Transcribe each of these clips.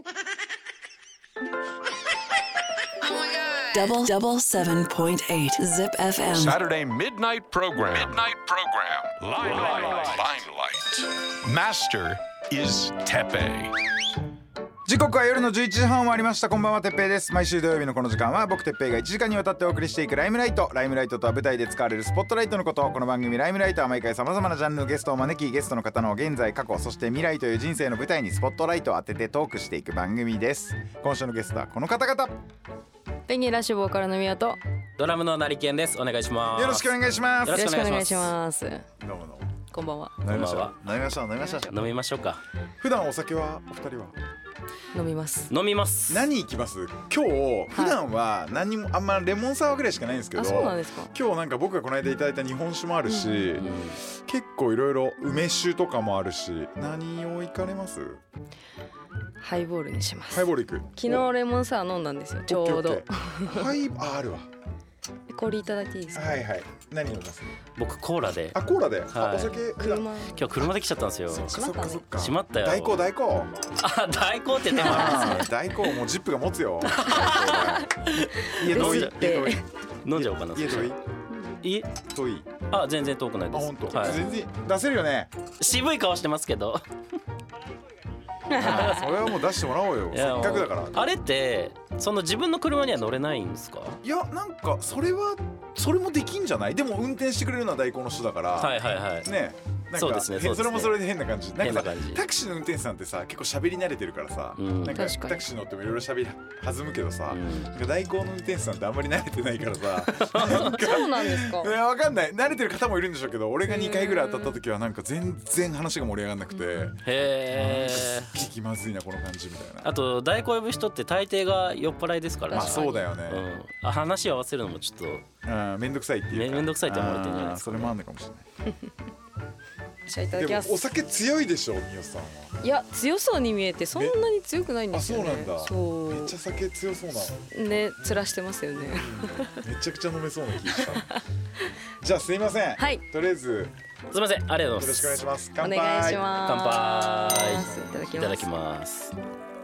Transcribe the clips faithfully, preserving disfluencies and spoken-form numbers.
Double double seven point eight Zip エフエム Saturday midnight program. Midnight program. Limelight. Limelight. Master is Teppei. 時刻は夜のじゅういちじはんを回りました。こんばんは、てっぺいです。毎週土曜日のこの時間は僕てっぺいがいちじかんにわたってお送りしていくライムライト。ライムライトとは舞台で使われるスポットライトのこと。この番組ライムライトは毎回さまざまなジャンルのゲストを招き、ゲストの方の現在過去そして未来という人生の舞台にスポットライトを当ててトークしていく番組です。今週のゲストはこの方々。 ペンギンラッシュボーカルの宮とドラムの成健です。お願いします。 よろしくお願いします。 よろしくお願いします。 どうもどうも。 こんばんは。 飲みましょうこんばんは。 飲みましょう飲みましょう。 飲みましょうか。 普段お酒はお二人は飲みます。 飲みます。 何行きます？今日普段は何にもあんまレモンサワーぐらいしかないんですけど、 あ、そうなんですか。 今日なんか僕がこの間いただいた日本酒もあるし、 うん結構いろいろ梅酒とかもあるし、何を行かれます？ ハイボールにします。 ハイボール行く。 昨日レモンサワー飲んだんですよ。ちょうど。 オッケーオッケーハイああるわ。 氷いただいていいですか？ はいはい。何飲みます？ 僕コーラで。 あ、コーラで。 はいあ、お酒。 車。 今日車で来ちゃったんですよ。 そっかそっかそっか。 閉まったよ。 大根大根。 あ、大根って手もあるんですね。 大根もうジップが持つよ。家遠い。家遠い。 飲んじゃおうかな。 家遠い。 家遠い。 あ、全然遠くないあ、 です。 本当。 はい。 全然出せるよね。 渋い顔してますけど。 それはもう出してもらおうよ。せっかくだから。 あれってその自分の車には乗れないんですか？ いや、なんかそれはそれもできんじゃない？でも運転してくれるのは代行の人だから。 はいはいはい。 ね。なんかそうですねそうですねそれもそれで変な感じ。なんかさ変な感じタクシーの運転手さんってさ結構喋り慣れてるからさ、 うんなんか確かにタクシー乗ってもいろいろ喋り弾むけどさ、 うんなんか代行の運転手さんってあんまり慣れてないからさ、なんかそうなんですか。 いやわかんない、慣れてる方もいるんでしょうけど、俺がにかいぐらい当たった時はなんか全然話が盛り上がんなくて、 へえ。 気まずいなこの感じみたいな。 あと代行呼ぶ人って大抵が酔っ払いですからね。 まあそうだよね。 うん。あ、話を合わせるのもちょっとうん、めんどくさいっていうか。 めめんどくさいって思われてるんじゃないですかあーそれもあるのかもしれない。 じゃあいただきます。 でもお酒強いでしょ、みよさんは。 いや、強そうに見えてそんなに強くないんですよね。 あ、そうなんだ。 そうめっちゃ酒強そうなの。 ね、つらしてますよね。 めちゃくちゃ飲めそうな気がした。じゃあすいません。 はいとりあえずすみません、ありがとうよろしございます。 くお願いします。 お乾杯。 願いします。 乾杯。 いただきます。 いただきます。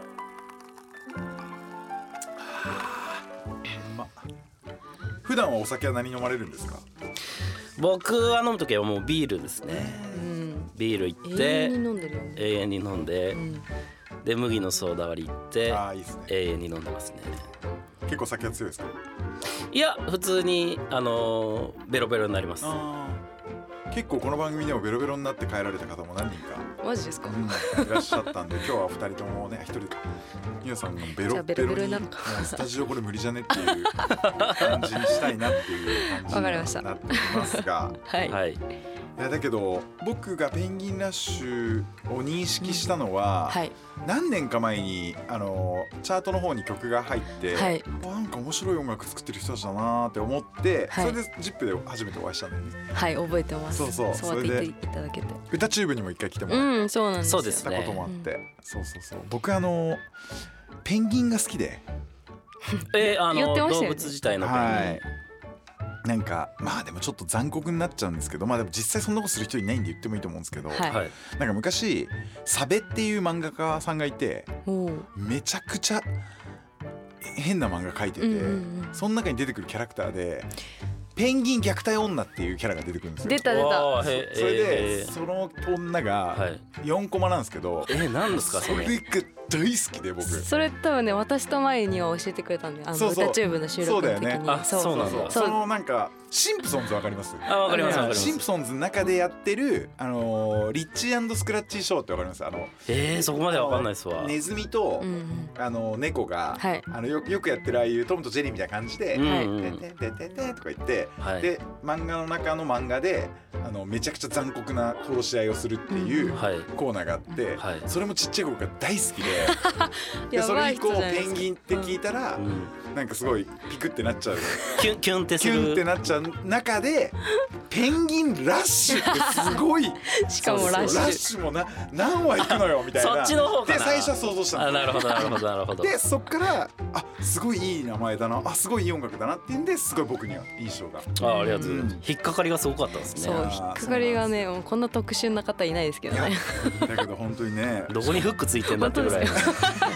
うま。普段はお酒は何飲まれるんですか？ 僕は飲むときはもうビールですね。 うん。 ビール行っ永て遠に飲んでるよね。 永遠に飲んで、 うん。 で麦のソーダ割り行ってああ、いいですね。 永遠に飲んでますね。 結構酒は強いですか？ いや、普通にあのーベロベロになります。 ああ。結構この番組でもベロベロになって帰られた方も何人か、 マジですか。 うん、いらっしゃったんで、今日はふたりともね、一人皆さんのベロじゃあベロベロベロにもになったうスタジオこれ無理じゃねっていう感じにしたいなっていう感じわかりましたになっておりますが、 はい。 はい。 いやだけど僕がペンギンラッシュを認識したのは、 はい。 何年か前にあのチャートの方に曲が入って、 はいあなんか面白い音楽作ってる人たちだなーって思って、 はいそれで ジップ で初めてお会いしたんだよね。 はい、覚えてます。 そうそうそうやって言ってそれいただけて。 歌チューブにも一回来てもらっうん、そうなんですよ。 そうですたこともあって、そうそうそう、僕あのペンギンが好きで、 えー、あの言ってましたよね動物自体のペンギン、 はいなんかまあでもちょっと残酷になっちゃうんですけど、まあでも実際そんなことする人いないんで言ってもいいと思うんですけど、 はいはい。 なんか昔サベっていう漫画家さんがいて、 おー。 めちゃくちゃ変な漫画描いてて、 うんうんうんその中に出てくるキャラクターでペンギン虐待女っていうキャラが出てくるんですよ。 出た出た。 わーへそれで、 えーその女はがい。 よんコマなんですけど、 えー、何ですかそれ。 それが大好きで僕。 それ多分ね、私と前には教えてくれたんで、あのそうそう歌チューブの収録の時に。 そうだよねあそうなんだそのなんかシンプソンズわかります？ あ、わかりますわかります。 シンプソンズの中でやってるあのーリッチー&スクラッチーショーってわかります？あのえー、そこまではわかんないですわ。 ネズミと、 うんうん。 あの猫が、 はいあの よ, よくやってるああいうトムとジェリーみたいな感じで「 うんてうんんてんてんてんてん」とか言って、 はい。 で漫画の中の漫画であのめちゃくちゃ残酷な殺し合いをするっていうはい。 コーナーがあって、 はいそれもちっちゃい頃から大好きででやそれ以降ばい人じゃないですか。 ペンギンって聞いたら、 うん。 なんかすごいピクってなっちゃうキュンキュンってすキュンってる。 なっちゃう中でペンギンラッシュってすごいしかもラッシュそうそうラッシュもな何話行くのよみたいなそっちの方かな。 で最初は想像したあ、 のなるほどなるほどなるほど。 でそっからあすごいいい名前だな、あすごいいい音楽だなっていうんですごい僕には印象が。 あ、ありがとうございます。引っかかりがすごかったですそう、 ね。 引っかかりがね、もうこんな特殊な方いないですけいやどね。 だけど本当にねどこにフックついてんだってぐらい。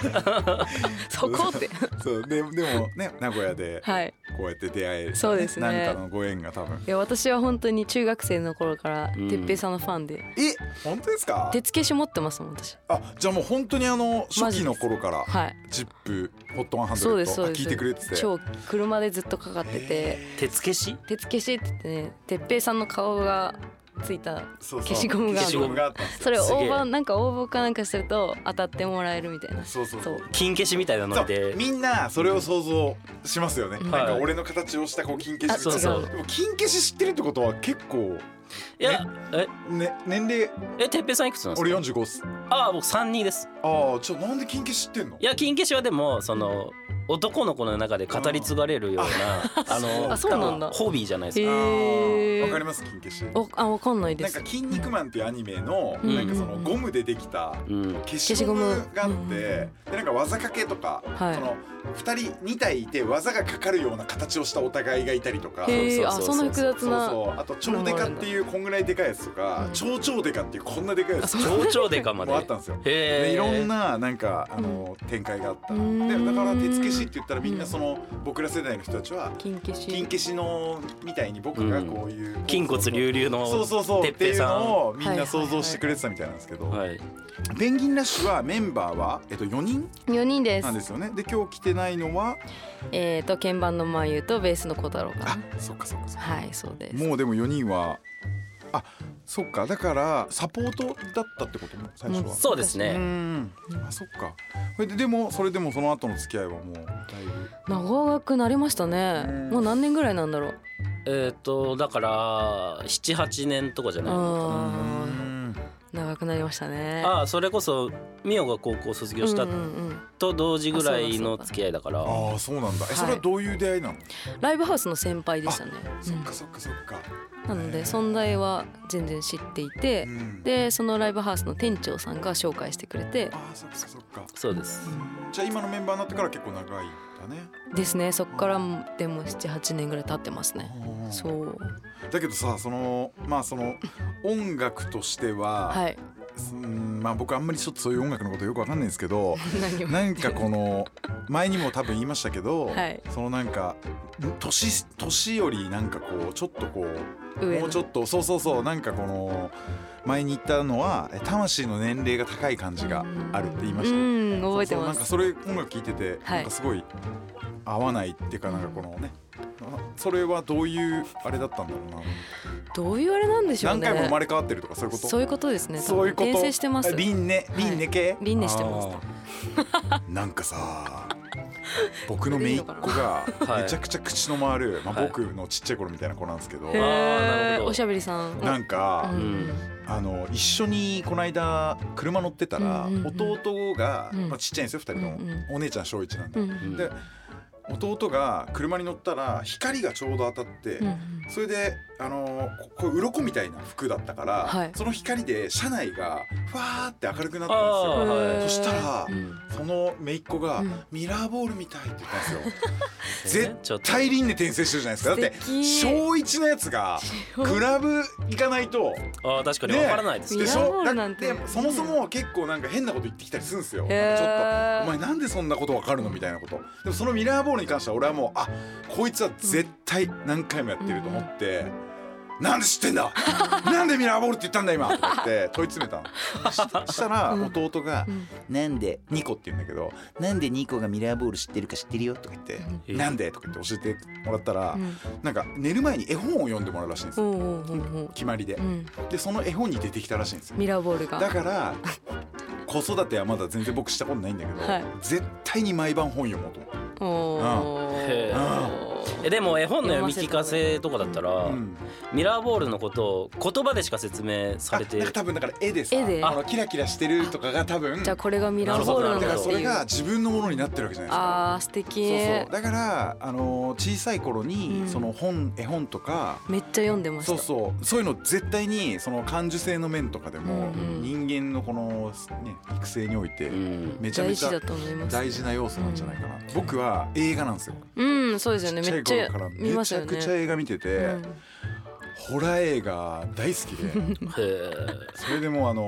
そこってそうででもね名古屋ではいこうやって出会える、 そうですねなんかのご縁が多分。 いや私は本当に中学生の頃からうんてっぺいさんのファンで、 え本当ですか？ 手付け師持ってますもん私。 あじゃあもう本当にあの初期の頃からはいジップホットワンハンドそうレットですそうです聞いてくれてて。 超車でずっとかかってて、 手付け師手付け師って言ってねてっぺいさんの顔がついたそうそう消しゴムがある消しゴムがあったんですよ。 それをすげえ応募なんか応募かなんかしてると当たってもらえるみたいな。 そうそうそう。 金消しみたいなそうのでみんなそれを想像しますよね、 うんなんか俺の形をしたこう金消しあそうそうでも金消し知ってるってことは結構いやえね年齢えてっぺいさんいくつなんですか？ 俺よんじゅうごっす。 ああ僕さんじゅうにです。 ああちょなんで金消し知ってんの？ いや金消しはでもその男の子の中で語り継がれるようなあのあそうなんだホビーじゃないですか。 へあーーわかります金消し。 おあわかんないです。 なんか筋肉マンっていうアニメのうんなんかそのゴムでできたうん消しゴムがあって、 消しゴムでなんか技かけとか、 はいそのふたりにたいいて技がかかるような形をしたお互いがいたりとか。 へえ、あそうそうそうそんな複雑そうな。 そうあと超デカっていうこんぐらいでかいやつとか、 うん超超デカっていうこんなでかいやつ超超デカまでもあったんですよ。 へえでいろんななんかあの展開があった。でだから手付け師って言ったらみんなその僕ら世代の人たちは金消し。 金消しのみたいに僕がこういう筋骨隆々のそうそうそうてっていうっぺいさんのをみんな想像してくれてたみたいなんですけど、 はいペンギンラッシュはメンバーはえっとよにんよにんですなん。ですよね。で今日来てないのはえっと鍵盤のまゆとベースの小太郎かあな。 そっかそっかそっか。 はいそうです。 もうでもよにんはあそっかだからサポートだったってことも最初は。うそうですね。 んあそっか。それででもそれでもその後の付き合いはもうだいぶ長くなりましたねうん。 もう何年ぐらいなんだろう。 えっとだからななはちねんとかじゃないのかうあんー長くなりましたね。 な。ああそれこそミオが高校卒業したうんうんうんと同時ぐらいの付き合いだから。 ああそうなんだ。えそれはどういう出会いなの？ ライブハウスの先輩でしたね。 そっかそっかそっか。 なので存在は全然知っていて、 うんでそのライブハウスの店長さんが紹介してくれてああそっかそっか。 そうです。 じゃあ今のメンバーになってから結構長いんだね。 ですね。そっからもでもななはちねんぐらい経ってますね。そうだけどさそのまあその音楽としては、 はいうんまあ僕あんまりちょっとそういう音楽のことよくわかんないんですけど何をなんかこの前にも多分言いましたけど、 はいそのなんか年年よりなんかこうちょっとこう上のもうちょっとそうそうそうなんかこの前に言ったのはえ魂の年齢が高い感じがあるって言いました。 うん覚えてそうそうなんかます。 それ音楽聴いてて、 はいなんかすごい合わないっていうかなんかこのねそれはどういうあれだったんだろうな。 どういうあれなんでしょうね。 何回も生まれ変わってるとかそういうこと？ そういうことですね。多分そういうこと。 転生してます。 輪廻輪廻系？ 輪廻してますあーなんかさ僕の姪っ子がはいめちゃくちゃ口の回る、まあ、 はい僕のちっちゃい頃みたいな子なんですけど、 へあーなるほどーおしゃべりさん。 なんか、 ううんんあの一緒にこの間車乗ってたら、 うんうんうん弟が、 うんまあ、ちっちゃいんですよふたりとも、 うんうんお姉ちゃん小一なんで、 うんうんで弟が車に乗ったら光がちょうど当たって、 うんうんそれであのーここう鱗みたいな服だったから、 はいその光で車内がふわーって明るくなったあんですよ。 ーはいそしたら、 うんその姪っ子が、 うんミラーボールみたいって言ったんですよ。 えちょっと絶対輪廻転生してるじゃないですか。だって素敵小一のやつがクラブ行かないとあー確かにわからないですね。 でしミラーボょ。だールなんてでそもそも結構なんか変なこと言ってきたりするんですよ。 へーちょっとお前なんでそんなことわかるのみたいなこと。でもそのミラーボールに関しては俺はもうあこいつは絶対何回もやってると思って。なんで知ってんだなんでミラーボールって言ったんだ今とか言って問い詰めたの。ししたら弟が、なんでニコって言うんだけどなんでニコがミラーボール知ってるか知ってるよとか言って、 うんなんでとか言って教えてもらったら、 うんなんか寝る前に絵本を読んでもらうらしいんですよ、 おうおうおうおう決まりで、 うんでその絵本に出てきたらしいんですよ。 ミラーボールが。 だから子育てはまだ全然僕したことないんだけど、 はい絶対に毎晩本読もうと思って。 おへーえでも絵本の読み聞かせとかだったら、 うんミラーボールのことを言葉でしか説明されてあなんか多分だから絵でさ絵であのキラキラしてるとかが多分じゃあこれがミラーボールなんだからそれだっていう。 が自分のものになってるわけじゃないですか。 あー素敵。 そうそうだからあの小さい頃に、 うんその本絵本とかめっちゃ読んでました。 そうそうそういうの絶対にその感受性の面とかでも、 うんうん人間のこの、ね、育成においてうんめちゃめちゃ大事だと思います。 大事な要素なんじゃないかな、僕は映画なんですよ。 うんそうですよね。 ちっちゃめっちゃい頃から見ますよね。 めちゃくちゃ映画見てて、 うんホラー映画大好きでへえそれでもうあの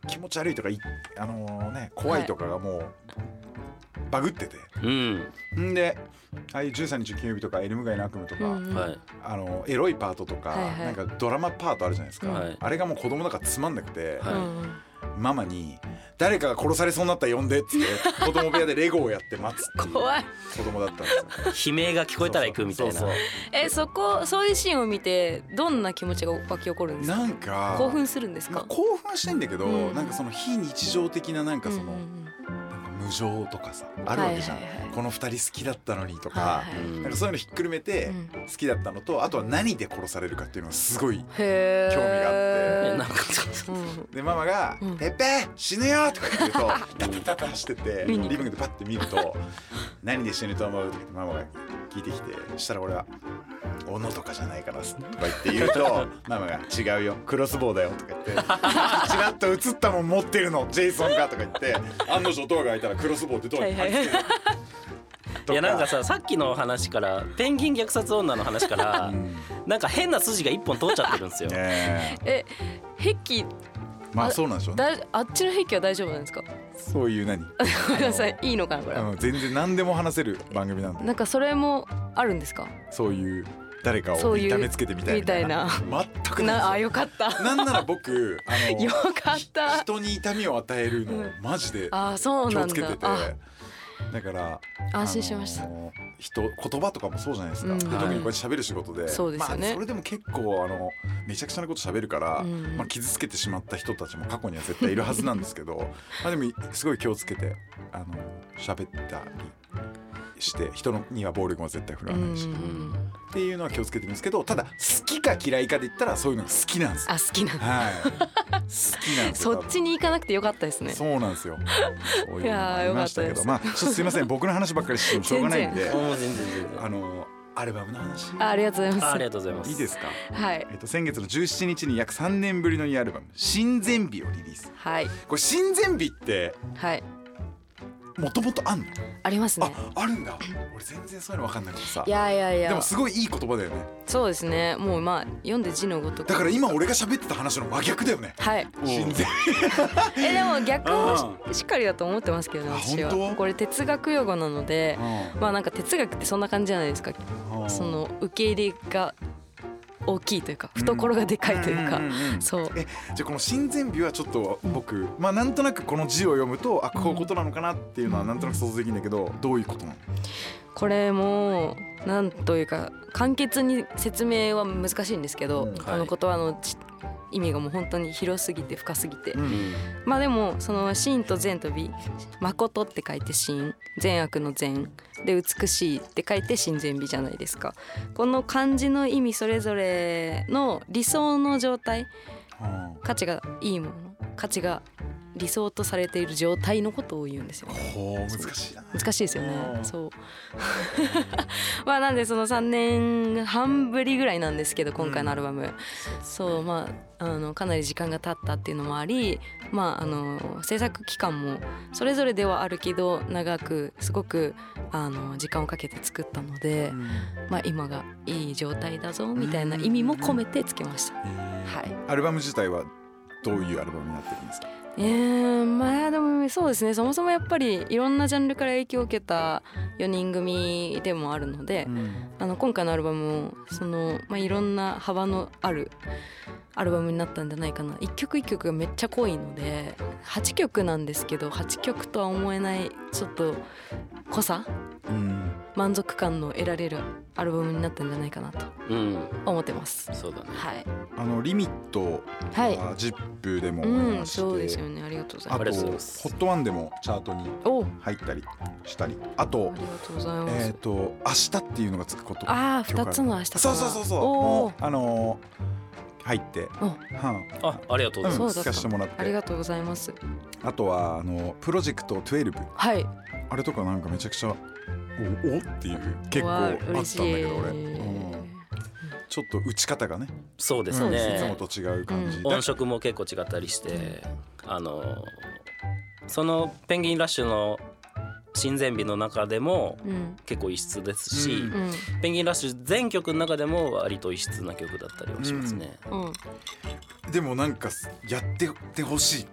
気持ち悪いとかいあのね怖いとかがもうバグってて、 うんんでああいうじゅうさんにちの金曜日とかエルム街の悪夢とか、 うんうんはいあのエロいパートとか、 はいはいなんかドラマパートあるじゃないですか、 はいあれがもう子供だからつまんなくて、 はいうんママに誰かが殺されそうになったら呼んでっつって子供部屋でレゴをやって待つっていう怖い。 子供だったんですよ。 悲鳴が聞こえたら行くみたいな。 そうそうえそこそういうシーンを見てどんな気持ちが湧き起こるんですか。 なんか興奮するんですか。 まあ、興奮はしたいんだけど、 うんなんかその非日常的ななんかその、 うんうんなんか無情とかさあるわけじゃん、 はいはいはいこの二人好きだったのにとか、 はいはいうんなんかそういうのひっくるめてうん好きだったのと、あとは何で殺されるかっていうのがすごいへー興味があってえなんかちょっとうんでママがうん 「てっぺー死ぬよ!」とか言ってるとタッタッタッタ走ってってリ見にビングでパッて見ると「何で死ぬと思う?」とか言ってママが聞いてきて、そしたら俺は「斧とかじゃないから」とか言って言うとママが「違うよクロスボウだよ」とか言って「ちらっと映ったもん持ってるのジェイソンが」とか言って案の定ドアが開いたらクロスボウってドアに入ってるいやなんかささっきの話からペンギン虐殺女の話から、 うんなんか変な筋が一本通っちゃってるんですよ。 ねえ壁まあそうなんでしょうね。 だあっちの壁は大丈夫なんですか。 そういう何ごめんなさいいいのかなこれ。 うん全然何でも話せる番組なんで、 なんかそれもあるんですか。 そういう誰かをそういう痛めつけてみたいみたいなみ全くないなあですよ。 よかった。 なんなら僕あのよかった。 人に痛みを与えるのうんマジであそう気なんだ。 をつけてて、 あだから安心しましたあの人言葉とかもそうじゃないですか、 うんで特にこうやって喋る仕事で、 そうですよねまあ、それでも結構あのめちゃくちゃなこと喋るから、 うんまあ、傷つけてしまった人たちも過去には絶対いるはずなんですけどまあでもすごい気をつけてあの喋ったりして人のには暴力も絶対振るうわないし、 んっていうのは気をつけてるんですけど、ただ好きか嫌いかで言ったらそういうのが好きなんですよ。 あ好きなんだ。 はい、好きなんですよ。 そっちに行かなくてよかったですね。 そうなんですよ。そういうのもいやーありましたけど、 よかまあちょっとすいません僕の話ばっかりしてもしょうがないんで、 もう全然全然あのアルバムの話あありがとうございます。 あありがとうございます。 いいですか。 はいえっと先月のじゅうしちにちに約さんねんぶりのニューアルバム親善日をリリース。 はいこれ親善日ってはいもともとあんの？ ありますね。 ああるんだ。俺全然そういうの分かんなくてさい。やいやいやでもすごいいい言葉だよね。 そうですね。もうまあ読んで字のごとく。 だから今俺が喋ってた話の真逆だよね。 はい。 親善。 えでも逆もうししっかりだと思ってますけどねあ私は本当これ哲学用語なのでまあなんか哲学ってそんな感じじゃないですか。 うんその受け入れが大きいというか懐がでかいというかんんんんそうえじゃあこの親善日はちょっと僕まあなんとなくこの字を読むとあこういうことなのかなっていうのはなんとなく想像できるんだけど、どういうことなの？ これもなんというか簡潔に説明は難しいんですけど、 うんこの言葉のち意味がもう本当に広すぎて深すぎて、 うんまあでもその真と善と美誠って書いて真善悪の善で美しいって書いて親善美じゃないですか。この漢字の意味それぞれの理想の状態は価値がいいもの価値が理想とされている状態のことを言うんですよあ。ほう難しいな。 難しいですよねう。んそうまあなんでそのさんねんはんぶりぐらいなんですけど今回のアルバム、そうまああのかなり時間が経ったっていうのもあり、まああの制作期間もそれぞれではあるけど長くすごくあの時間をかけて作ったので、まあ今がいい状態だぞみたいな意味も込めてつけました。はいアルバム自体はどういうアルバムになってるんですか？ えー、まあでもそうですね、そもそもやっぱりいろんなジャンルから影響を受けたよにん組でもあるので、あの今回のアルバムもその、まあ、いろんな幅のあるアルバムになったんじゃないかな。一曲一曲がめっちゃ濃いのではちきょくなんですけどはちきょくとは思えないちょっと濃さうん満足感の得られるアルバムになったんじゃないかなとうん思ってます。 そうだね。 はい、 あのリミットはいはジップでもうん、 まして、 そうですよね。ありがとうございあとます。 ありがとうございますホットワンでもチャートにお、あ入ったりしたり、あとりがとうございます。 えっ、と明日っていうのがつくことああ、二つの明日から。 そうそうそうそうおもーうあのー入って、 お、 はあありがとうございうん、 ます。 そうだった聞かせてもらって、 ありがとうございます。 あとはあのプロジェクトじゅうにはい。 あれとかなんかめちゃくちゃおおっていう結構あったんだけどわあ嬉しい俺、うん、ちょっと打ち方がねそうですうんいつねも。と違う感じ、 うんだ音色も結構違ったりして、あのそのペンギンラッシュの親善日の中でもうん。 結構異質ですし、 うんうん。 ペンギンラッシュ全曲の中でも割と異質な曲だったりはしますね。 うん。 でもなんかやってってほしい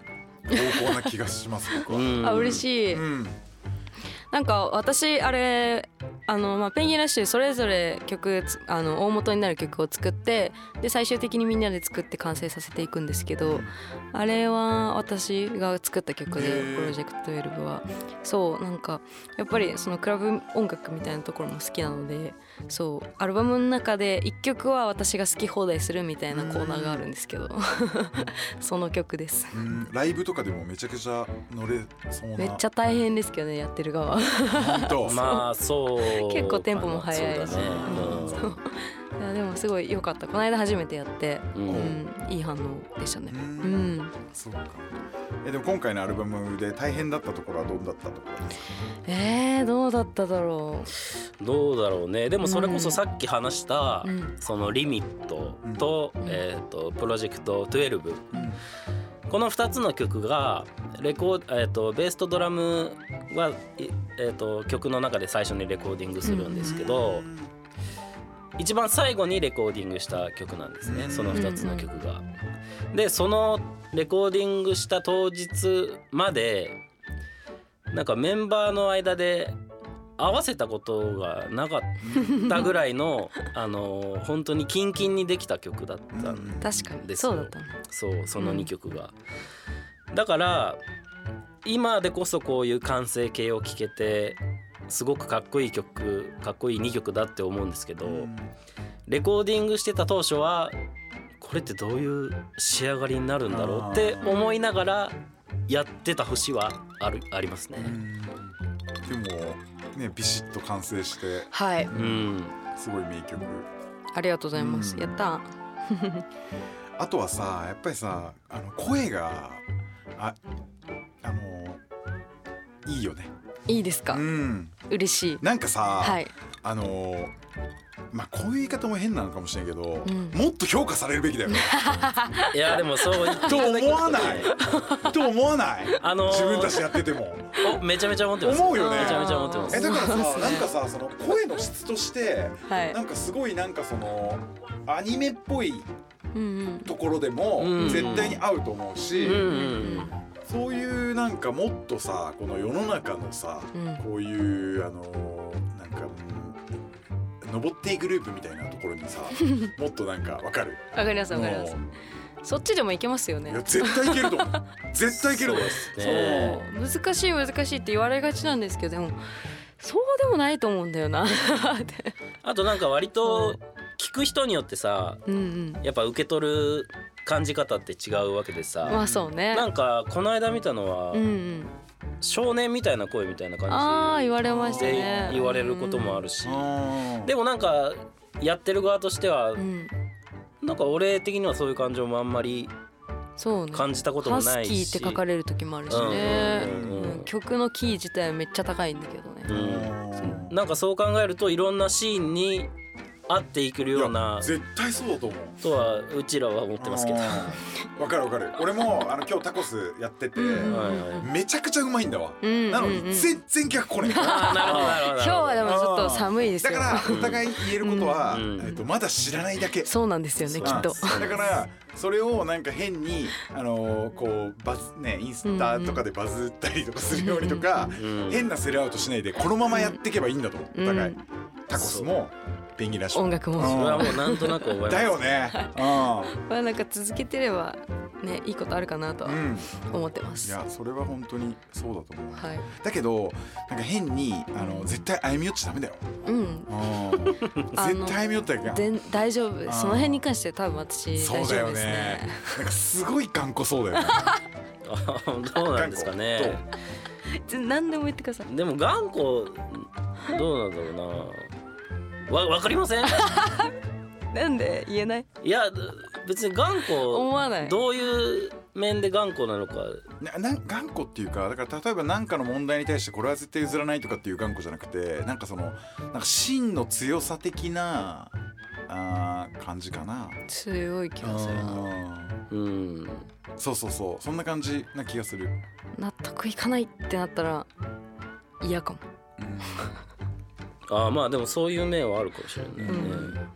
方向な気がします僕は。 うんあ嬉しい、 うんなんか私あれあの、まあ、ペンギンラッシュそれぞれ曲つあの大元になる曲を作ってで最終的にみんなで作って完成させていくんですけど、あれは私が作った曲でへープロジェクトじゅうにはそうなんかやっぱりそのクラブ音楽みたいなところも好きなので、そうアルバムの中でいっきょくは私が好き放題するみたいなコーナーがあるんですけどその曲です。 うんライブとかでもめちゃくちゃ乗れそうな。 めっちゃ大変ですけどねやってる側本当まあそう結構テンポも速いし、 そうだね、 うんそういやでもすごい良かった。この間初めてやって、 ううんん、いい反応でしたね。 ううんん、 そうか。えでも今回のアルバムで大変だったところはどうだったところですか？ えー、どうだっただろどうだろうね。でもそれこそさっき話した、 う。うん、 そのリミットと、 うんえー、とプロジェクトじゅうに、 うんこのふたつの曲がレコー、えー、とベースとドラムは、えー、と曲の中で最初にレコーディングするんですけど、一番最後にレコーディングした曲なんですね、そのふたつの曲が。でそのレコーディングした当日までなんかメンバーの間で合わせたことがなかったぐらいのあの本当にキンキンにできた曲だったん確かにですよそうだったの。 そうそのにきょくが、だから今でこそこういう完成形を聴けてすごくかっこいい曲かっこいいにきょくだって思うんですけど、レコーディングしてた当初はこれってどういう仕上がりになるんだろうって思いながらやってた節はあるありますね。 でもねビシッと完成してはい、 うんすごい名曲。 ありがとうございます。 うんやった。 あとはさやっぱりさあの声がああのいいよね。 いいですか。 うん嬉しい。 なんかさ、 はい。 あのまあこういう言い方も変なのかもしれないけど、 うんもっと評価されるべきだよねいやでもそう言っていとただける思わないと思わない、 あのー自分たちやっててもおめちゃめちゃ思ってます。 思うよねめちゃめちゃ思ってます。 えだからさなんかさその声の質としてはいなんかすごいなんかそのアニメっぽいうんうんところでもうん絶対に合うと思うし、 うんうんそういうなんかもっとさこの世の中のさ、 うんこういうあのなんかうん登っていくループみたいなところにさもっとなんかわかるわかりますわかります。そっちでもいけますよねいや。絶対いけると思う絶対いけると思うそうですねそう難しい難しいって言われがちなんですけど、でもそうでもないと思うんだよなってあとなんか割と聞く人によってさうんうんやっぱ受け取る感じ方って違うわけでさ、 まあそうね。 なんかこの間見たのは、 うんうん少年みたいな声みたいなあ感じあ言われましたでね。 言われることもあるし、 あでもなんかやってる側としては、 うんなんか俺的にはそういう感情もあんまりそうね。 感じたこともハないし、 スキーって書かれる時もあるしね、 うんうんうんうんうん曲のキー自体はめっちゃ高いんだけどね、 うんなんかそう考えるといろんなシーンに合っていけるような絶対そうだと思うとはうちらは思ってますけど、はいわかるわかる俺もあの今日タコスやってて、 うんはいめちゃくちゃうまいんだわ、 うんなのうんうんに全然客来ねえあーなるほどなるほど今日はでもちょっと寒いですよ。 だからお互い言えることは、 うんえっと、まだ知らないだけそうなんですよねきっと。 うんだからそれをなんか変にあのーこうバズねインスタとかでバズったりとかするようにとか、 うん変なセルアウトしないでこのままやっていけばいいんだと思うお互い、 うんタコスもペンギンラッシュも音楽もうんそれはもうなんとなく覚えますだよねまあなんか続けてればねいいことあるかなとはうん、うん、 思ってます。 いやそれは本当にそうだと思う、 はい。 だけどなんか変にあの絶対歩み寄っちゃダメだよ、 うん。 うん、 あの絶対歩み寄ったらいけない全大丈夫。 あーその辺に関して多分私そうだよ大丈夫ですねね。 なんかすごい頑固そうだよねどうなんですかね。 全何でも言ってください。 でも頑固どうなんだろうな。わわかりません。 なんで言えない？ いや別に頑思固わない。 どういう面で頑固なのか。 なな頑固っていうかだから例えば何かの問題に対してこれは絶対譲らないとかっていう頑固じゃなくてなんかそのなんか芯の強さ的なあー感じかな。 強い気がするな。 あうん。 ーそうそうそうそんな感じな気がする、 納得いかないってなったら嫌かも。 うんああまあでもそういう面はあるかもしれないね。 い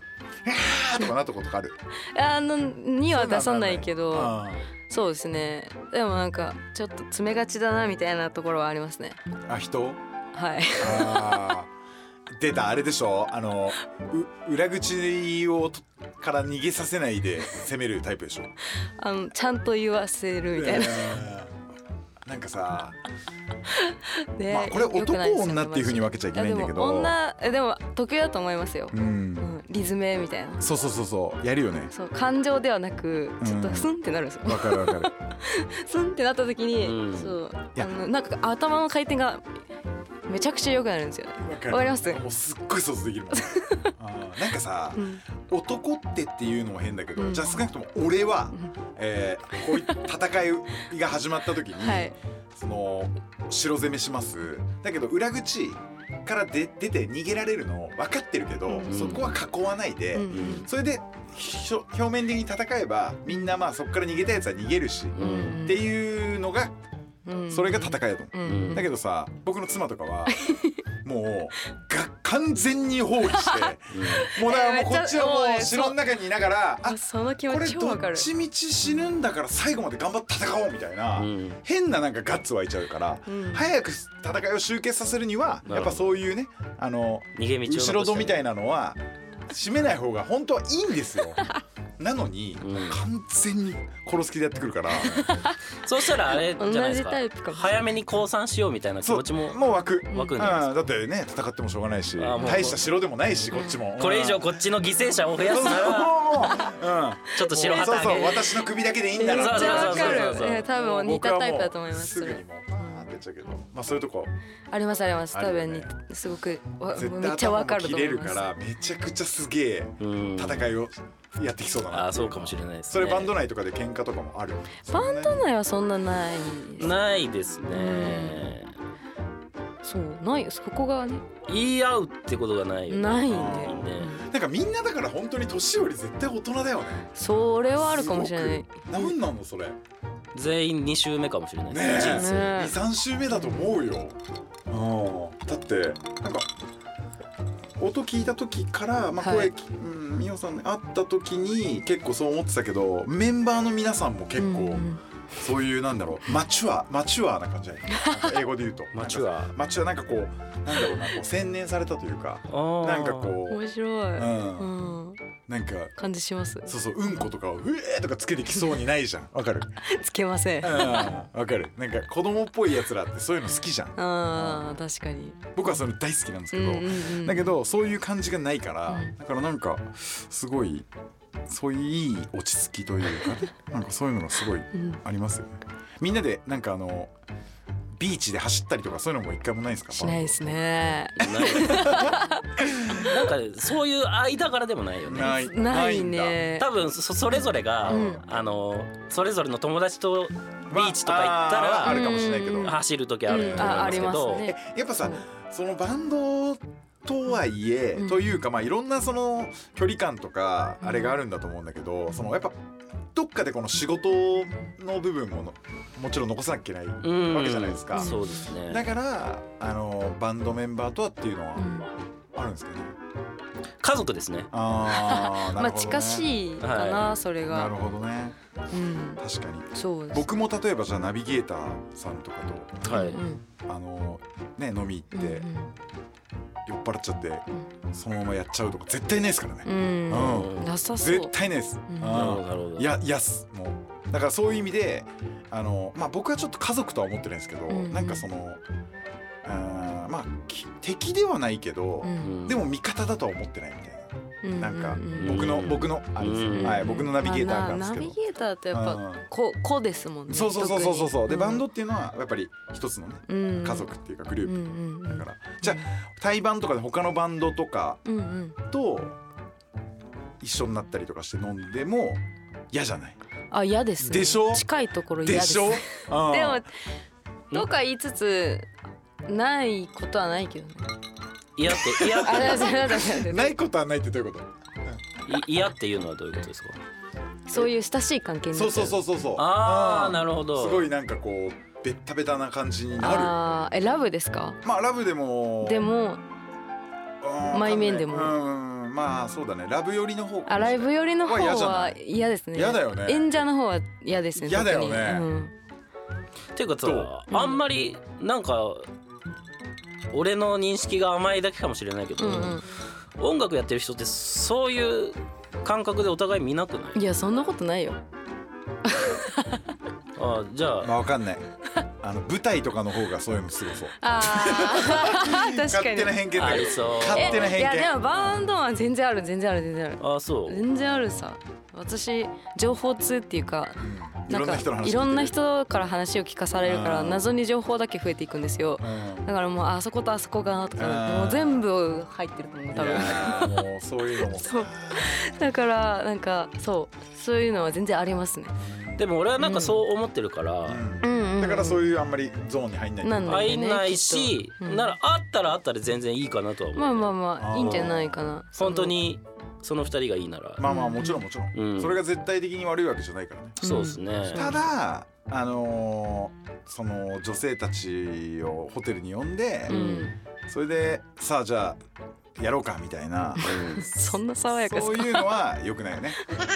あーとかなったことかある？ あのには出さないけど、 あそうですね。でもなんかちょっと詰めがちだなみたいなところはありますね。 あ人はいあ出たあれでしょ、あのう裏口をとから逃げさせないで攻めるタイプでしょあのちゃんと言わせるみたいな、 えーなんかさね、 まあこれ男良くないですよね女っていう風に分けちゃいけないんだけど、 いやでも女えでも得意だと思いますよ、 うんうん、リズメみたいな。 そうそうそうそうやるよね。 そう感情ではなくちょっとスンってなるんですよ、 わかるわかるスンってなった時に、 うんそういやあのなんか頭の回転がめちゃくちゃ良くなるんですよね。 わかるわかりますもうすっごい想像できるもんあーなんかさ、 うん男ってっていうのも変だけど、 うんじゃあ少なくとも俺は、 んえーこういう戦いが始まった時に、 はいその城攻めしますだけど裏口からで出て逃げられるの分かってるけど、 うんそこは囲わないで、 うんうんそれでひょ表面的に戦えばみんなまあそこから逃げたやつは逃げるし、 うんっていうのがうんそれが戦いだと思う、 うんだけどさ僕の妻とかはもうが完全に放棄してもうだからもうこっちはもう城の中にいながらああその気持これどち超わかる。 っちみち死ぬんだから最後まで頑張って戦おうみたいな、 うん変ななんかガッツ湧いちゃうから、 うん早く戦いを終結させるにはやっぱそういうねあの逃げ道を残して後ろ戸みたいなのは締めない方が本当はいいんですよなのに、 うん完全に殺す気でやってくるからそうしたらあれじゃないですか同じタイプかも早めに降参しようみたいな気持ちももう湧く、 湧くんじゃないですうん、だってね戦ってもしょうがないしあーもう大した城でもないしこっちもこれ以上うんこっちの犠牲者を増やそうそうすならもう、うんちょっと白旗そうそうあげ私の首だけでいいんだめっなちゃわかそうそうそうそうる。え多分似たタイプだと思います。それ僕はもうすぐにもうパーンってやっちゃうけどまあそういうとこありますあります。多あるよね分にすごくわ絶め対頭もっちゃわかる切れるかと思います。 らめちゃくちゃすげえうん戦いをやってきそうだなあそうかもしれないですねそれバンド内とかで喧嘩とかもあるバンド内はそんなない。 ないですねそうないそこがね言い合うってことがないよねないんで。 あーうんなんかみんなだから本当に年より絶対大人だよねそれはあるかもしれない。 何なのそれね全員に周目かもしれないえです人生ねに、さん週目だと思うようんだってなんか音聞いた時から、まあ、 はい声、うん、みおさんに会った時に結構そう思ってたけどメンバーの皆さんも結構、 うんそういうなんだろうマチュアマチュアな感じじゃないなんか英語で言うとマチュアマチュアなんかこうなんだろうなこう洗練されたというかあーなんかこう面白い。 うんうんなんか感じします。 そうそううんことかをうえーとかつけてきそうにないじゃんわかるつけません。 うんわかるなんか子供っぽいやつらってそういうの好きじゃんああ確かに。 僕はそれ大好きなんですけど、 うんうんうんだけどそういう感じがないから、 うんだからなんかすごいそういういい落ち着きというかねなんかそういうのがすごいんありますよね。みんなでなんかあのビーチで走ったりとかそういうのも一回もないですか？ しないですね。 ないなんかそういう間柄でもないよねないないんだね。 多分そそれぞれが、 うんあのそれぞれの友達とビーチとか行ったらあーあるかもしれないけど、 うん走る時あると思いますけど、 うんあありますねえやっぱさ、 うんそのバンドとはいえ、 うんというかまあいろんなその距離感とかあれがあるんだと思うんだけど、そのやっぱどっかでこの仕事の部分ものもちろん残さなきゃいけないうんわけじゃないですか。 そうですねだからあのバンドメンバーとはっていうのはうんあるんですかね。 家族ですねああ、なるほどね。 まあ近しいかな、それが。 なるほどね。 うん。 確かに。 そうです。 僕も例えばじゃあナビゲーターさんとかはい、 うんとあのね飲み行ってうん酔っ払っちゃってそのままやっちゃうとか絶対ないですからね。 うんうんうんなさそう。 絶対ないです。 うんあーなるほどなるほどいややすもうだからそういう意味であのまあ僕はちょっと家族とは思ってないんですけど、 うんうんなんかそのあーまあき敵ではないけど、 うんでも味方だとは思ってないみたいな。 うんなんかうん僕のうん僕のあれですうんはい僕のナビゲーターなんでまあすけどナビゲーターってやっぱうん子子ですもんね。 そうそうそうそうそうそうで特にバンドっていうのはやっぱり一つのねうん家族っていうかグルうんうープんうんだからじゃあ対バンとかで他のバンドとかうんうんと一緒になったりとかして飲んでも嫌じゃないあ嫌ですね。 でしょ近いところ嫌です。 でしょでうんもとか言いつつないことはないけどね。 嫌って嫌っあだてだだだだないことはないってどういうことい嫌っていうのはどういうことですか？ そういう親しい関係になそうっちゃそうそうそうそうあーうんなるほどすごいなんかこうベッタベタな感じになるあーえラブですか？ まあラブでもでもうんマイメンでもうんまあそうだね、ラブ寄りの方あライブ寄りの方は嫌ですね。 嫌だよね。 演者の方は嫌ですね。 嫌だよね、 うん、 っていうかさ、あんまりなんか俺の認識が甘いだけかもしれないけど、うんうん、音楽やってる人ってそういう感覚でお互い見なくない？ いやそんなことないよあじゃあ、 まあ、わかんないあの舞台とかの方がそういうのすごそう。 あ確かに勝手な偏見だけど勝手な偏見。 いやでもバンドは全然ある全然ある全然ある。 あそう全然あるさ。私情報通っていうか、 うん、なんかいろんな人から話を聞かされるから謎に情報だけ増えていくんですよ、うん、だからもうあそことあそこがとかもう全部入ってると思う多分。 いやもうそういうのもそうだからなんかそうそういうのは全然ありますね。 でも俺はなんかそう思ってるから、 うんうん、だからそういうあんまりゾーンに入んない、 ね、入んないし、うん、ならあったらあったで全然いいかなとは思う。 まあまあまあいいんじゃないかな。 本当にそのふたりがいいならまあまあもちろんもちろん、うん、それが絶対的に悪いわけじゃないからね、 うん、そうですね。 ただあのー、その女性たちをホテルに呼んで、うん、それでさあじゃあやろうかみたいな、 うん、そんな爽やかですか。 そういうのは良くないよね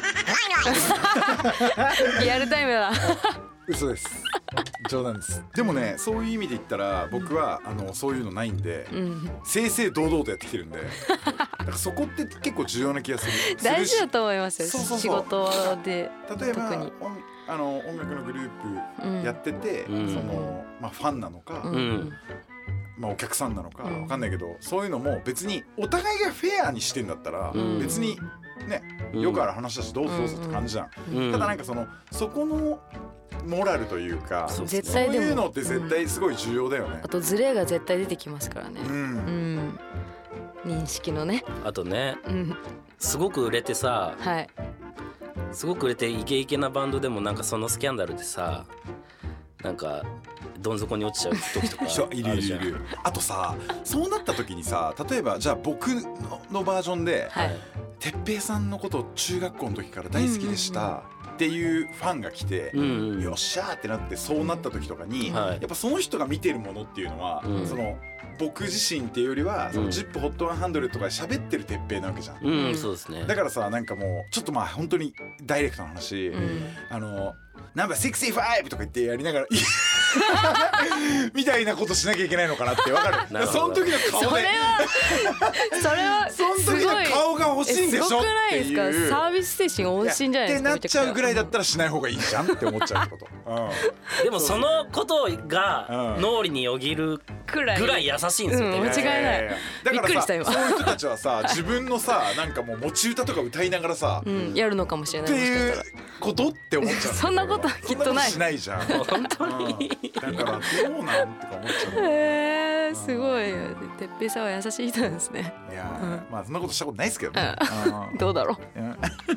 リアルタイムだ嘘です冗談です。でもねそういう意味で言ったら僕はあのそういうのないんで、うん、正々堂々とやってきてるんでだからそこって結構重要な気がする大事だと思いますよ。 そうそうそう仕事で例えばあの音楽のグループやってて、うん、そのまあ、ファンなのか、うんまあ、お客さんなのか分かんないけど、うん、そういうのも別にお互いがフェアにしてんだったら、うん、別にね、うん、よくある話だしどうぞどうぞって感じじゃん、うん、ただなんかそのそこのモラルというか、うん、絶対でもそういうのって絶対すごい重要だよね、うん、 あとズレが絶対出てきますからね、うんうん、認識のね。 あとね、うん、すごく売れてさ、はい、すごく売れてイケイケなバンドでもなんかそのスキャンダルでさなんかどん底に落ちちゃう時とかあるじゃん。いるいるいる。あとさそうなった時にさ例えばじゃあ僕 の, のバージョンで、はい、哲平さんのことを中学校の時から大好きでした、うんうんうんっていうファンが来て、うんうん、よっしゃーってなってそうなった時とかに、うん、やっぱその人が見てるものっていうのは、うん、その僕自身っていうよりは、うん、そのジップホットハンドルとかで喋ってる哲平なわけじゃん、うん、そうですね。 だからさなんかもうちょっとまあ本当にダイレクトな話、うん、あのナンバーろくじゅうごとか言ってやりながらみたいなことしなきゃいけないのかなってわかる。るその時の顔でそれはそれはその時の顔が欲しいんでしょっていう。すごくないですか。サービス精神旺盛じゃないですか。 ってなっちゃうぐらいだったらしない方がいいじゃんって思っちゃうってこと、 うん、でもそのことが脳裏によぎるぐらい優しいんですよね、 うん、間違いない。 だからさそういう人たちはさ自分のさなんかもう持ち歌とか歌いながらさ、 うん、やるのかもしれない。 っていうことって思っちゃう。 そんなことはきっとない。 しないじゃん本当に、 うん、だからどうなんとか思っちゃう。 へえすごい。哲平さんは優しい人なんですね。 いや、うん、まあそんなことしたことないですけどね、 うん、どうだろう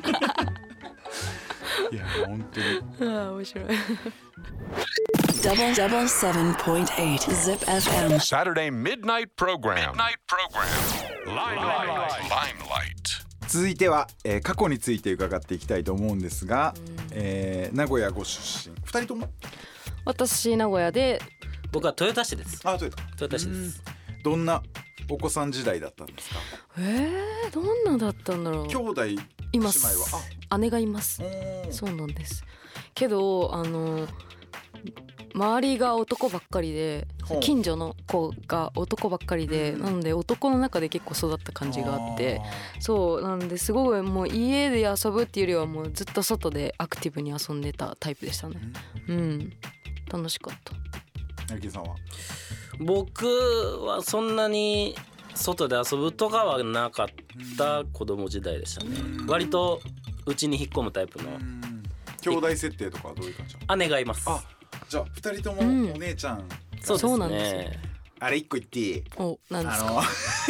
いや本当にああ面白い Double double seven point eight Zip エフエム Saturday midnight program. Midnight program. Limelight. Limelight. 続いては、えー、過去について伺っていきたいと思うんですが、うんえー、名古屋ご出身ふたりとも。 私名古屋で僕は豊田市です。 あ、豊田豊田市です。 どんなお子さん時代だったんですか。 えー、どんなだったんだろう。 兄弟姉妹はあ姉がいます。そうなんです。けどあの周りが男ばっかりで近所の子が男ばっかりで、うん、なので男の中で結構育った感じがあってそうなんですごいもう家で遊ぶっていうよりはもうずっと外でアクティブに遊んでたタイプでしたね。うん、うん、楽しかった。 八木さんは。 僕はそんなに外で遊ぶとかはなかった子供時代でしたね。割とうちに引っ込むタイプの。 兄弟設定とかはどういう感じ。 姉がいます。 あ、じゃあふたりともお姉ちゃん、うん、 そうですね。そうなんですよ。 あれ一個言っていい。 お、なんですか。あの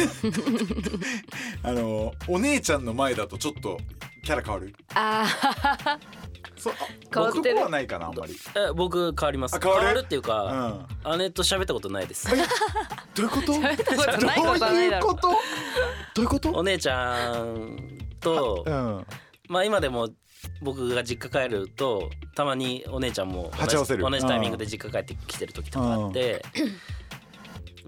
あのお姉ちゃんの前だとちょっとキャラ変わる。 ああそう変わってる。僕はないかなあんまり。 え僕変わります。 変わる? 変わるっていうか、うん、姉と喋ったことないです。 どういうこと？ 喋ったことないことはないだろ。 どういうこと？どういうこと？ お姉ちゃんと、うん、まあ今でも僕が実家帰るとたまにお姉ちゃんも同じ、同じタイミングで実家帰ってきてる時とかあって、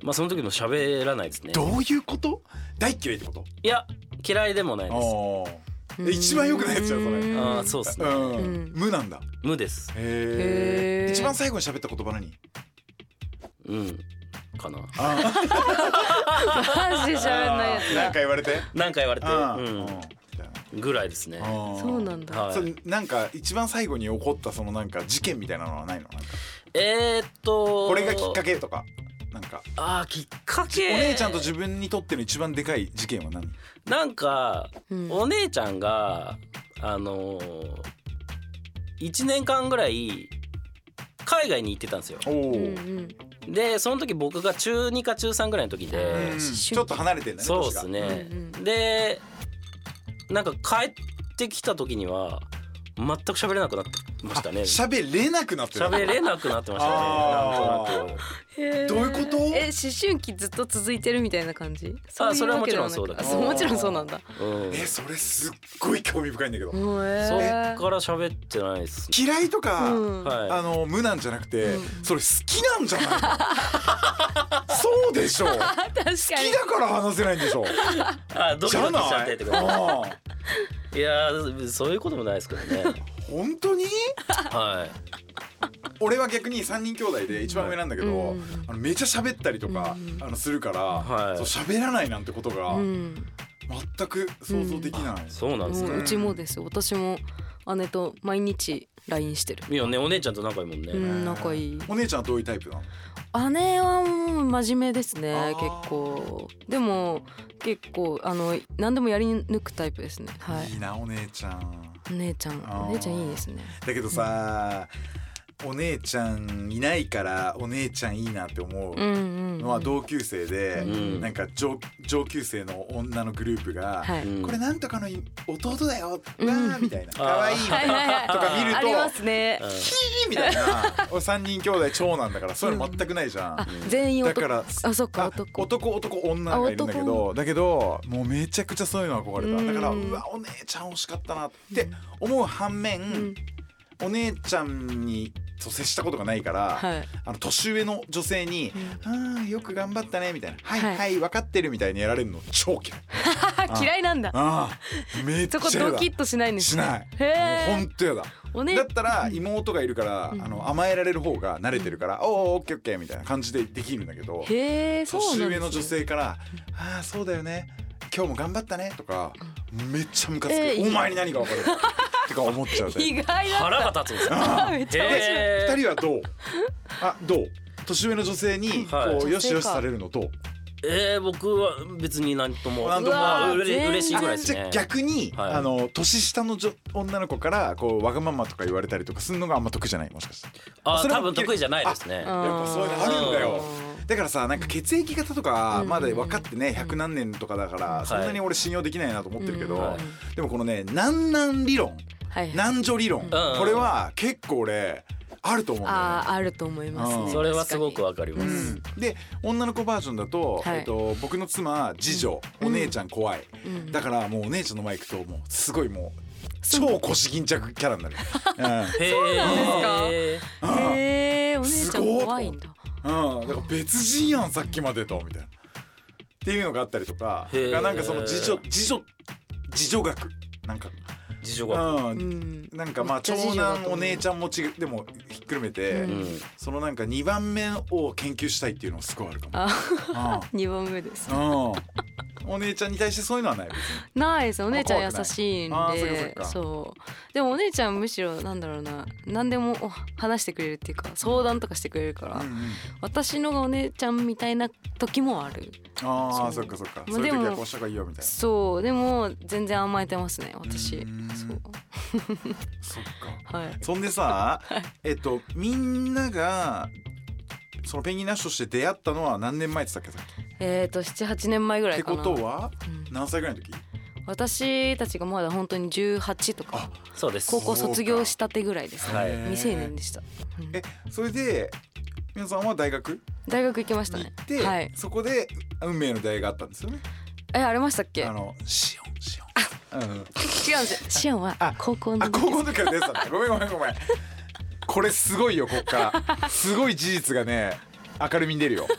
まあその時も喋らないですね。 どういうこと？大嫌いってこと？ いや嫌いでもないです。 あ一番良くないやつじゃんそれ。 ああそうですね、 うんうん、 無なんだ。 無です。 へえ。 へー一番最後に喋った言葉何？ うんかな。 あマジで喋んないやつなんだ。 か言われてなんか言われて、 あうん、ぐらいですね。 そうなんだ。 はいそれなんか一番最後に起こったそのなんか事件みたいなのはないの？なんかえー、っとこれがきっかけとかなんかああきっかけお姉ちゃんと自分にとっての一番でかい事件は何？ なんか、 うん、 お姉ちゃんがあのー、いちねんかんぐらい海外に行ってたんですよ。 おお、 うんうん、 でその時僕がちゅうにかちゅうさんぐらいの時で、 うん、ちょっと離れてんだね。 そうですね、 うんうん、 でなんか帰ってきた時には全く喋れなくなってましたね。 喋れなくなってる。 喋れなくなってましたね。 あーなんとなく。 へーどういうこと？ え、思春期ずっと続いてるみたいな感じ？ あそれはもちろんいわけではなくそうだけどあそうもちろんそうなんだ。 うん、 えそれすっごい興味深いんだけど、 そそっから喋ってないですね。 嫌いとか、 うんはい、 あの無なんじゃなくて、 うんそれ好きなんじゃないの？そうでしょ。好確かに。 きだから話せないんでしょ。 あドキドキしちゃってってこと。 あいやそういうこともないですけどね。 本当に？ はい。 俺は逆にさんにん兄弟で一番上なんだけど、 うん、 あのめちゃ喋ったりとか、 うん、 あのするから、 はい、 そう喋らないなんてことがうん全く想像できない。 そうなんですね。 うんうちもです。私も姉と毎日 ライン してる。 いやねお姉ちゃんと仲いいもんね。 うん、仲いい。 お姉ちゃんはどういうタイプなの？ 姉はもう真面目ですね。 あー結構でも結構あの何でもやり抜くタイプですね。はいいいなお姉ちゃん。 お姉ちゃんあーお姉ちゃんいいですね。 だけどさ、お姉ちゃんいないからお姉ちゃんいいなって思ううんうんのは同級生で、 うんなんか 上, 上級生の女のグループが、 はい、 うんこれなんとかの弟だよ、わうんーみたいな、可愛いみたはいいはいはいなとか見ると、 ありますね。 うんヒーみたいな俺さんにん兄弟長男だからそういうの全くないじゃん、 あ全員男。 だからあそっかあ男。 男男女がいるんだけあどだけどもうめちゃくちゃそういうの憧れた。だからうんうわお姉ちゃん欲しかったなって思う反面、 うんお姉ちゃんにと接したことがないから、 はい。 あの年上の女性に「ああよく頑張ったね」みたいな「はいはいはい分かってる」みたいにやられるの超嫌い。あ嫌いなんだ。 ああめっちそこゃ嫌だ。 ドキッとしないんですね。 しない。 へえ。 ほんとやだ。 おねだったら妹がいるから、 うんあの甘えられる方が慣れてるから「おおオッケーオッケー」みたいな感じでできるんだけど、 へえ、そうなんですね。 年上の女性から「ああそうだよね今日も頑張ったね」とかめっちゃムカつく、 えーお前に何が分かるってか思っちゃうタイプ。 意外だった。 腹が立つんですよ。 ああめっちゃ面白い。 へー二人はどう？あどう？年上の女性にこはいうよしよしされるのと、 えー、僕は別に何ともなんともまあうれ全然嬉しいぐらいですねじゃあ。逆に、 はいあの年下の女女の子からこうわがままとか言われたりとかするのがあんま得じゃないもしかして。 あそれも多分得意じゃないですね。 やっぱそういうのあるんだよ。 あだからさなんか血液型とかうんまだ分かってね百何年とかだからそんなに俺信用できないなと思ってるけど、 うんはいでもこのね南南理論はい。 南女理論、 んこれは結構俺あると思うんだよね。 あーあると思いますうんね。 それはすごくわわかります。 うん、で女の子バージョンだと、 はいえっと、僕の妻次女、 うんお姉ちゃん怖い、 うんだからもうお姉ちゃんの前行くともうすごいもう超腰巾着キャラになる、 そうなんですか。 うんうんへえ、お姉ちゃん怖いんだ。 うん、だから別人やんさっきまでとみたいなっていうのがあったりとかへーがなんかその次女次女次女学なんか、 事情が。 うんうん。 なんかまあ長めっちゃ次女だと思う男お姉ちゃんもちでもひっくるめて、 ううんん。 そのなんかにばんめを研究したいっていうのはすごいあるかも。 あ、二番目です。 うんうんお姉ちゃんに対してそういうのはない別に。 ないです。お姉ちゃん優しいんあ怖くないあーそっかそっで、 かそう。でもお姉ちゃんむしろなんだろうな、何でもお話してくれるっていうか、相談とかしてくれるから、 うんうん私のがお姉ちゃんみたいな時もある。 ああそそうっかそっか、 まあそういう時でもはこうした方がいいよみたいな。 そう、でも全然甘えてますね、私。 うんそう。 そっか。 はい。 そんでさえっとみんながそのペンギンナッシュとして出会ったのは何年前って言ったっけさっき。 えっとななはちねんまえぐらっていかな。 ことはうん何歳ぐらいの時？ 私たちがまだ本当にじゅうはちとかそうです。 高校卒業したてぐらいですね。 はい未成年でした。うんえそれで皆さんは大学大学行きましたねに行っ。て、 はい。 そこで運命の出会いがあったんですよね。 え、ありましたっけ？ あのシオンシオン。うん、 違うんですよ。シオンはあ高校のあ高校の時から出てたんだ。ごめんごめんごめん。これすごいよこっからすごい事実がね明るみに出るよ。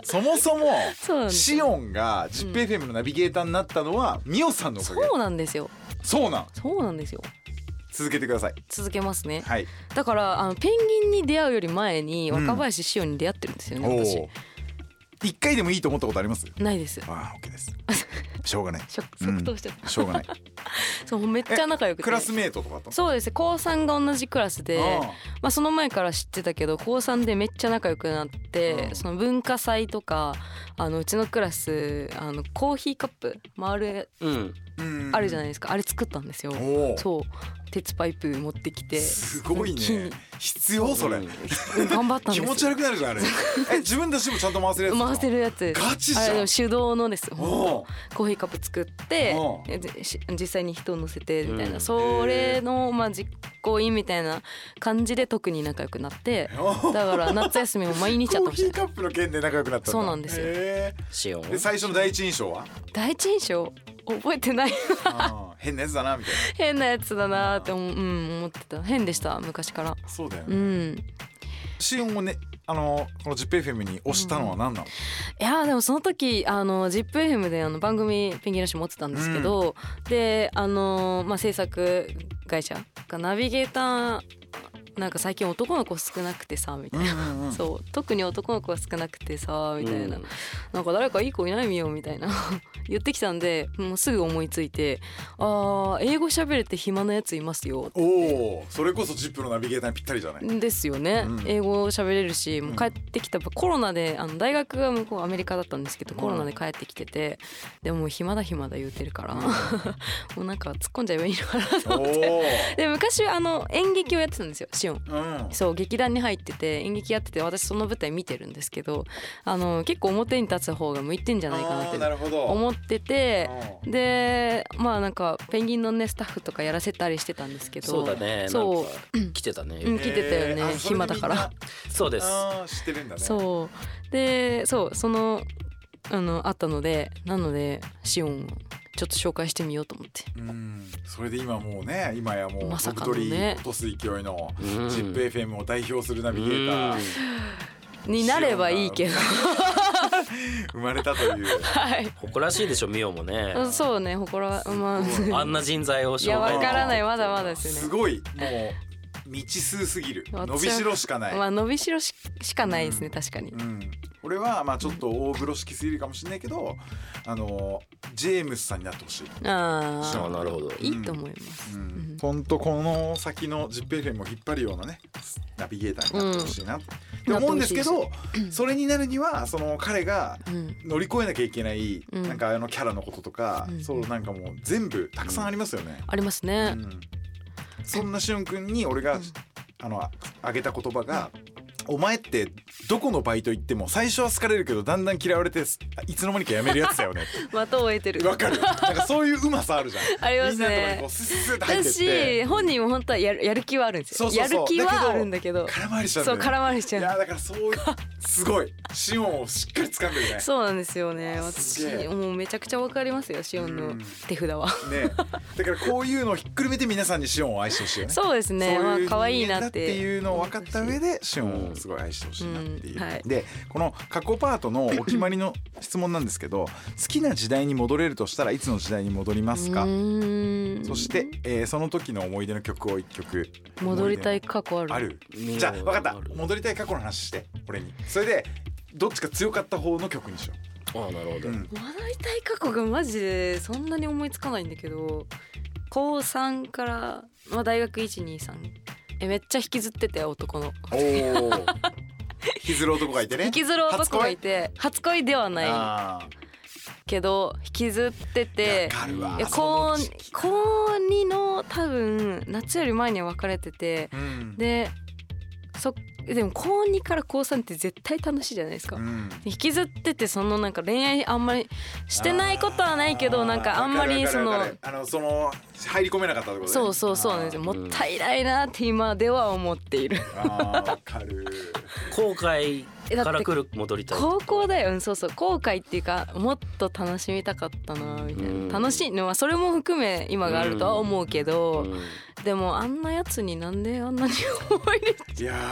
そもそもそうなんですシオンが ジップエフエム のナビゲーターになったのはミオさんのおかげ。 そうなんですよ。 そうなん。 そうなんですよ。 続けてください。 続けますね。 はい。 だからあのペンギンに出会うより前に若林シオンに出会ってるんですよね、 お私。 お。一回でもいいと思ったことあります？ ないです。 ああ、オッケーです。しょうがない。 即即答しちゃっしょうがない。 た。そうめっちゃ仲良くて。 クラスメートとかだったの？ そうです。こうさんが同じクラスで、 ああまあその前から知ってたけど、こうさんでめっちゃ仲良くなって、 うんその文化祭とかあのうちのクラスあのコーヒーカップ回るうんうんあるじゃないですか。あれ作ったんですよ。 おお。 そう鉄パイプ持ってきて。 すごい木にね。必要それ。 うんうん頑張ったんです。 気持ち悪くなるじゃんあれ。え、自分たちでもちゃんと回せるやつ？ 回せるやつ。 ガチじゃんあれでも手動のです。 おお。 コーヒーカップ作っておえでし実際に人を乗せてみたいな、 うんそれのまあ実行委員みたいな感じで特に仲良くなって、だから夏休みも毎日やってましたね。 コーヒーカップの件で仲良くなったんだ。 そうなんですよへシオンーで最初の第一印象は？ 第一印象覚えてない。 あー変なやつだなみたい変なやつだなって思う、うん思ってた。変でした昔から。 な。そうだようね。 ん。 シオンをね、あのこの ジップエフエム に押したのは何なの？ いやーでもその時あの ジップエフエム であの番組ペンギンラッシュ持ってたんですけど、であのまあ制作会社がナビゲーターなんか最近男の子少なくてさみたいな、 うんうんうんそう特に男の子が少なくてさみたいな、 うんなんか誰かいい子いないみよみたいな言ってきたんで、もうすぐ思いついて、あー英語喋れて暇なやついますよおお、それこそ ジップ のナビゲーターにぴったりじゃない？ ですよね、 うん英語喋れるし、もう帰ってきたコロナであの大学が向こうアメリカだったんですけど、コロナで帰ってきてて、でももう暇だ暇だ言うてるから、もうなんか突っ込んじゃえばいいのかなと思ってで昔あの演劇をやってたんですよシオン。 おお、うん、 そう劇団に入ってて演劇やってて、私その舞台見てるんですけど、あの結構表に立つ方が向いてんじゃないかなっあーなるほてど思ってて、 うんでまあなんかペンギンのねスタッフとかやらせたりしてたんですけど、 そうだね。 そうなんか来てたね。 うん来てたよね、 えーあそれでみんな暇だから。 そうです。 あー知ってるんだね。 そうでそうそのあのあったので、なのでシオンをちょっと紹介してみようと思って。 うん、それで今もうね、今やもうまさ飛ぶかのね鳥落とす勢いのうんジップエフエム を代表するナビゲーターになればいいけど生まれたというはい誇らしいでしょミオもね。 そうね、ほこらまああんな人材を紹介いやわからない、 できまだまだですよね。 すごいもう未知数すぎる、 私は伸びしろしかない、 まあ伸びしろししかないですね、確かに。 うん、俺はまあちょっと大風呂敷すぎるかもしれないけど、あのジェームスさんになってほしい。 あああなるほど。 いいと思います。 うん、ほんとこの先の ジップエフエム を引っ張るようなねナビゲーターになってほしいなって思うんですけど、それになるにはその彼がうん乗り越えなきゃいけない、 うんなんかあのキャラのこととか、 うんそうなんかもう全部たくさんありますよね。 ありますうね。 ん、そんなしおんくんに俺が、あのあげた言葉が、お前ってどこのバイト行っても最初は好かれるけどだんだん嫌われていつの間にか辞めるやつだよね的を得てる。 わかる。なんかそういううまさあるじゃん。 ありますねみんなのとこにこうスッスッと入ってって私本人も本当はやるやる気はあるんですよ。 そうそうそうやる気はあるんだけど、 空回りしちゃうんだそうよね。 空回りしちゃう。 いやだからそういうすごいシオンをしっかり掴んでるね。 そうなんですよね。 すげえ私もうめちゃくちゃわかりますよ、シオンの手札は。 ね、だからこういうのをひっくるめて皆さんにシオンを愛してほしいよね。 そうですね。まあそういう可愛い人間だっなってていうのを分かった上でシオンをすごい愛してほしいなっていう、 うんはいでこの過去パートのお決まりの質問なんですけど好きな時代に戻れるとしたらいつの時代に戻りますか？ うーんそして、えーその時の思い出の曲を一曲戻りたい思過去ある。 出のあるミオじゃあ分かったある戻りたい過去の話して俺にそれでどっちか強かった方の曲にしよああなるほう、 ど。 うん、 戻りたい過去がマジでそんなに思いつかないんだけど、高さんから、まあ、大学いち、に、さんえめっちゃ引きずってて男のおお引きずる男がいてね引きずる男がいて、初恋ではないあけど引きずってーて、 わかるわいやその高時期高にの多分夏より前には別れてて、 うんでそでも高にから高さんって絶対楽しいじゃないですか、 うん引きずってて、そのなんか恋愛あんまりしてないことはないけど、なんかあんまりそのわかるわかるわかるあのその入り込めなかったってことね。 そうそうそうなんですよ。もったいないなって今では思っている。 あーわかる。 後悔から来る戻りたい。 高校だよ、うん、そうそう、後悔っていうかもっと楽しみたかったなみたいな、 うん楽しいのはそれも含め今があるとは思うけど、 うんでもあんなやつになんであんなに思い出いやーそう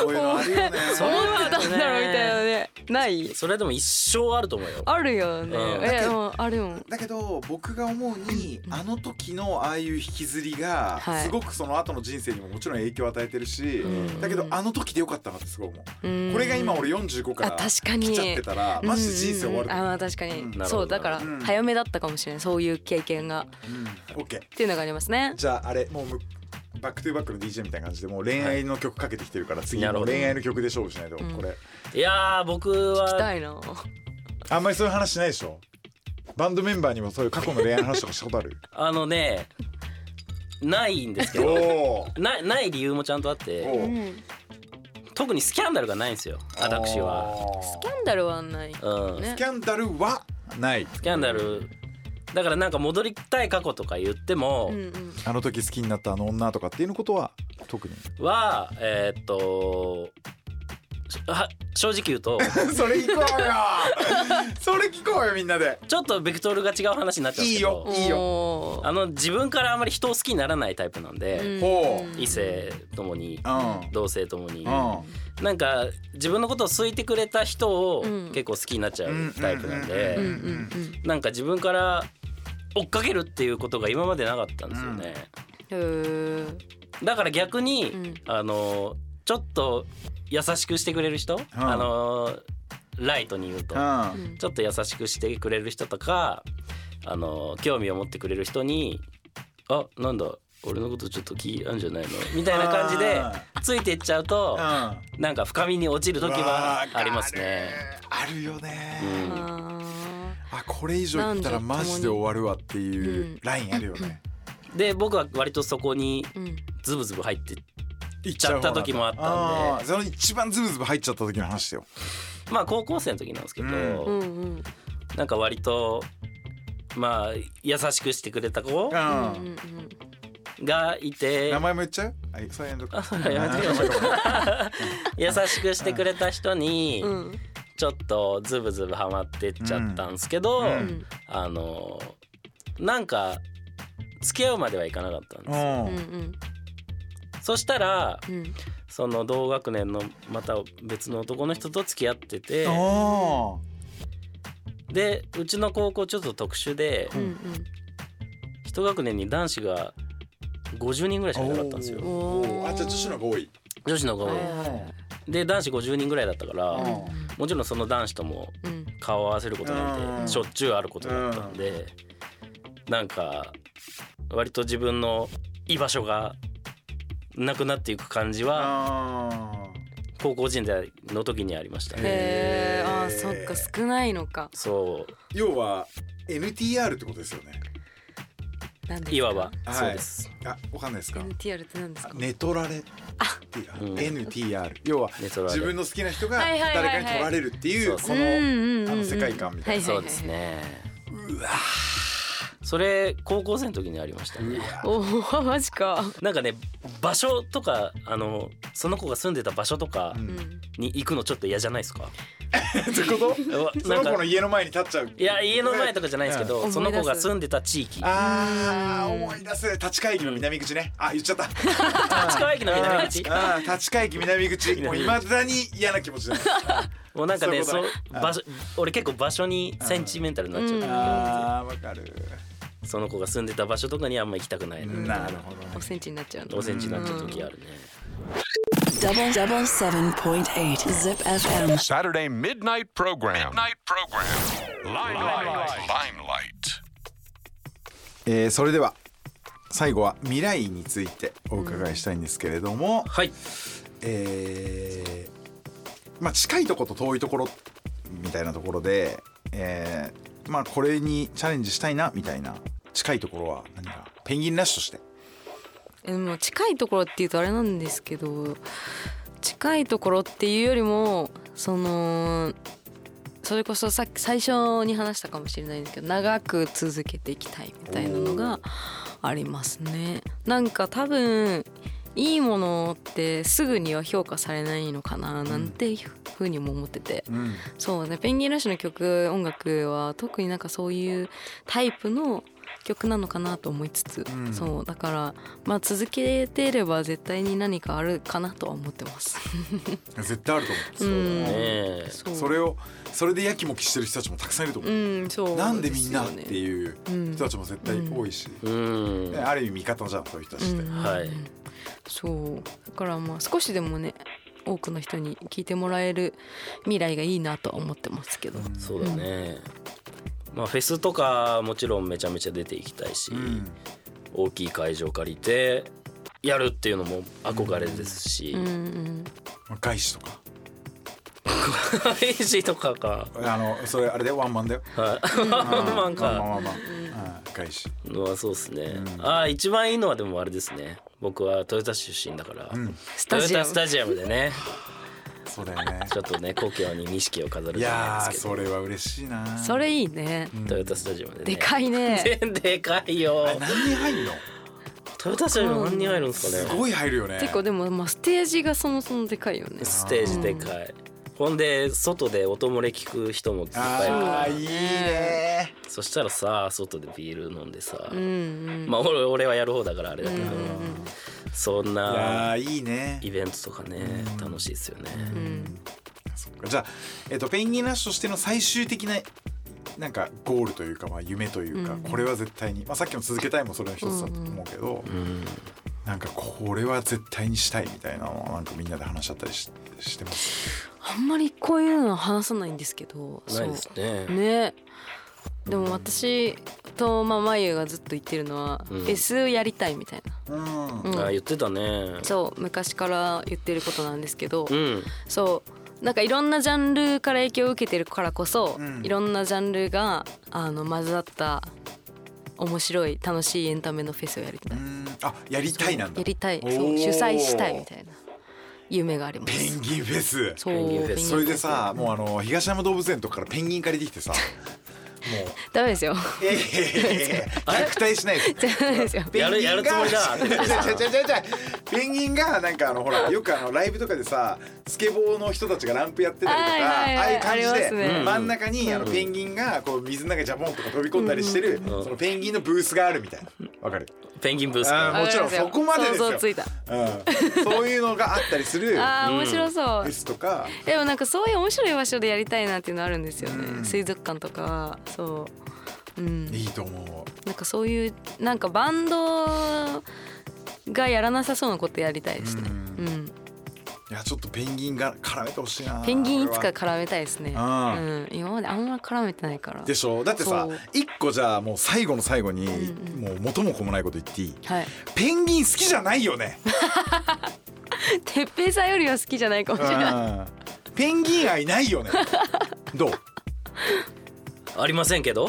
そういうのあるよねそれは思ってたんだろうみたいなね。ないそれでも一生あると思うよ。 あるよね、 うんえもうあるもん。 だけど僕が思うにあの時のああいう引きずりがはいすごくその後の人生にももちろん影響を与えてるし、 んだけどあの時でよかったなってすごい思う。 うんこれが今俺よんじゅうごからあ確かに来ちゃってたらマジで人生終わると思う。 うんうんあまあ確かに、 うんなるほどそうだからうん早めだったかもしれない、そういう経験がオッケー。 っていうのがありますね。 じゃああれもうむバックトゥーバックの ディージェー みたいな感じでもう恋愛の曲かけてきてるから次なるほども恋愛の曲で勝負しないとうんこれいやー僕聞きたはいな。 あんまりそういう話しないでしょ。バンドメンバーにもそういう過去の恋愛の話とかしたことある？ あのねないんですけどおーなない理由もちゃんとあっおてー特にスキャンダルがないんですよ私は。 スキャンダルはない、 うん、 ねスキャンダルはない。 スキャンダルだからなんか戻りたい過去とか言っても、 うんうんあの時好きになったあの女とかっていうことは特にはえーっとは正直言うとそれ聞こうよそれ聞こうよみんなで。 ちょっとベクトルが違う話になっちゃうんですけどいいよおーあの自分からあまり人を好きにならないタイプなんで、 うんほう異性ともにうん同性ともにうんなんか自分のことを好いてくれた人をうん結構好きになっちゃうタイプなんで、 うんうんうんなんか自分から追っかけるっていうことが今までなかったんですよね、 へーだから逆に、 うんあのちょっと優しくしてくれる人、あのライトに言うと、 うんちょっと優しくしてくれる人とかあの興味を持ってくれる人にあなんだ俺のことちょっと気あんじゃないのみたいな感じでついていっちゃうとうんなんか深みに落ちる時はありますね。 あるよね、 うんああこれ以上いったらマジで終わるわっていううんラインあるよね、 で僕は割とそこにーうんズブズブ入っていっちゃった時もあったんでその一番ズブズブ入っちゃった時の話だよ。 まあ高校生の時なんですけど、 うんうんうんなんか割とまあ優しくしてくれた子うんうんうんがいて名前も言っちゃう？あ、そういうのあそれやめてください優しくしてくれた人にうんちょっとズブズブハマってっちゃったんですけど、 うんうんあのなんか付き合うまではいかなかったんですよ。 うんうんそしたらうんその同学年のまた別の男の人と付き合ってておでうちの高校ちょっと特殊でうんうん一学年に男子がごじゅうにんぐらいしかいなかったんですよ。 おーあ、じゃあ女子の方が多い。 女子の方が多いで男子ごじゅうにんぐらいだったからうんもちろんその男子ともうん顔を合わせることなうんんてしょっちゅうあることだったんでなんか割と自分の居場所がなくなっていく感じはあ高校時代の時にありましたね。 へえへーあーそっか少ないのかそう要は エヌティーアール ってことですよね。 なんですかいわばはいそうです。 あ、わかんないですかエヌティーアール って何ですかネトラレっていううんエヌティーアール 要はネトラレ自分の好きな人がはいはいはいはい誰かに取られるっていうそうこのうんうんうんうんあの世界観みたいな。 そうですね。それ高校生の時にありましたね。 おおマジかなんかね場所とかあのその子が住んでた場所とかうんうんに行くのちょっと嫌じゃないですか？ ってことうわそなんかの子の家の前に立っちゃう。 いや家の前とかじゃないですけど、 うんその子が住んでた地域あー思い出す立川駅の南口ね。あ、言っちゃった。 立川駅の南口あー立川駅南口もう未だに嫌な気持ちだね。 もうなんかねそううそいうことね場所俺結構場所にセンチメンタルになっちゃう時がああーわかる。 ってその子が住んでた場所とかにあんま行きたくないなみたいななるほどねおセンチになっちゃうのおセンチになっちゃう時あるね。 Double double seven point eight Zip エフエム Saturday midnight program. Midnight program. Limelight. Limelight. えーそれでは最後は未来についてお伺いしたいんですけれども、 はいえーまあ近いところと遠いところみたいなところで、えーまあこれにチャレンジしたいなみたいな近いところは何かペンギンラッシュとして。 えでも近いところっていうとあれなんですけど近いところっていうよりもそのそれこそさっき最初に話したかもしれないんですけど長く続けていきたいみたいなのがありますね。なんか多分いいものってすぐには評価されないのかななんていうふうにも思ってて、うん、そうね、ペンギンラッシュの曲音楽は特になんかそういうタイプの曲なのかなと思いつつ、うん、そうだからまあ続けてれば絶対に何かあるかなとは思ってます絶対あると思う。そうだね、そうそれをそれでやきもきしてる人たちもたくさんいると思う、うん、そうですよね、なんでみんなっていう人たちも絶対多いし、うん、ある意味味方じゃんそういう人たちって、うん、はい、 そうだからまあ少しでもね多くの人に聞いてもらえる未来がいいなとは思ってますけど、うん、 そうだね、まあ、フェスとかもちろんめちゃめちゃ出ていきたいし、うん、大きい会場借りてやるっていうのも憧れですし、うんうん、 外資とか外資とかかあのそれあれでワンマンだよ、はい、ワンマンかワンマンワンマン、外資のそうですね、うん、あ一番いいのはでもあれですね、僕はトヨタ出身だから、うん、トヨタスタジアムでねそうだよね、 ちょっとね故郷に錦を飾るじゃないですけど、 いやそれは嬉しいな、 それいいね、 うん、トヨタスタジアムでね、 でかいねでかいよ。 何人入んの？ トヨタスタジアム何人入るんですかね。 すごい入るよね。 結構でもまあステージがそもそもでかいよね。 ステージでかい、うん、ほんで外で音漏れ聞く人もいっぱいいるから、 あいいね。 そしたらさ外でビール飲んでさ、うんうん、まあ 俺, 俺はやる方だからあれだけど、うんうん、そんなイベントとかね、うん、楽しいですよね、うん、 じゃあ、えっと、ペンギンラッシュとしての最終的ななんかゴールというか、まあ、夢というか、うん、これは絶対に、まあ、さっきの続けたいもそれの一つだと思うけど、うん、なんかこれは絶対にしたいみたいなのをなんかみんなで話し合ったり し, してます。 あんまりこういうのは話さないんですけど、 ないですね。 ね。でも私とまあまゆがずっと言ってるのは、うん、フェスやりたいみたいな、 うんうん、あ言ってたね。 そう昔から言ってることなんですけど、うん、そうなんかいろんなジャンルから影響を受けてるからこそ、うん、いろんなジャンルがあの混ざった面白い楽しいエンタメのフェスをやりたい。 うんあやりたいなんだ。 やりたい。そう主催したいみたいな夢があります。 ペンギンフェス。 そうペンギンフェス。 それでさ、もうあの東山動物園とかからペンギン借りてきてさ。もうダメですよ。 ええ虐待しないです。 ダメですよ。 やるやるつもりだ。 ペンギンがなんかあのほらよくあのライブとかでさスケボーの人たちがランプやってたりとかああいう感じで真ん中にあのペンギンがこう水の中にジャボンとか飛び込んだりしてるそのペンギンのブースがあるみたいな。わかる？ ペンギンブースか。もちろんそこまでですよ。 想像ついた。 うん。そういうのがあったりする。 ああ面白そう。 フェスとか。 でもなんかそういう面白い場所でやりたいなっていうのあるんですよね。水族館とかそう。うん、 いいと思う。 なんかそういうなんかバンドがやらなさそうなことやりたいですね。うん。うん、 いやちょっとペンギンが絡めてほしいな。 ペンギンいつか絡めたいですね。うん。今まであんま絡めてないから。 でしょ。だってさ一個じゃあもう最後の最後に、うん、もう元も子もないこと言っていい、はい、ペンギン好きじゃないよね。 てっぺいさんよりは好きじゃないかもしれない。 ペンギン愛ないよね。どう？ ありませんけど